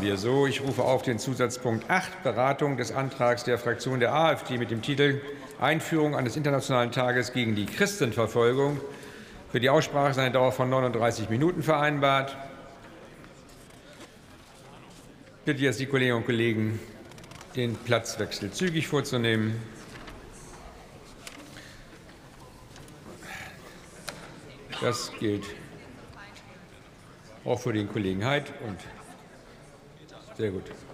wir so. Ich rufe auf den Zusatzpunkt 8, Beratung des Antrags der Fraktion der AfD mit dem Titel Einführung eines Internationalen Tages gegen die Christenverfolgung. Für die Aussprache ist eine Dauer von 39 Minuten vereinbart. Ich bitte jetzt die Kolleginnen und Kollegen, den Platzwechsel zügig vorzunehmen. Das gilt auch für den Kollegen Heidt. Und sehr gut.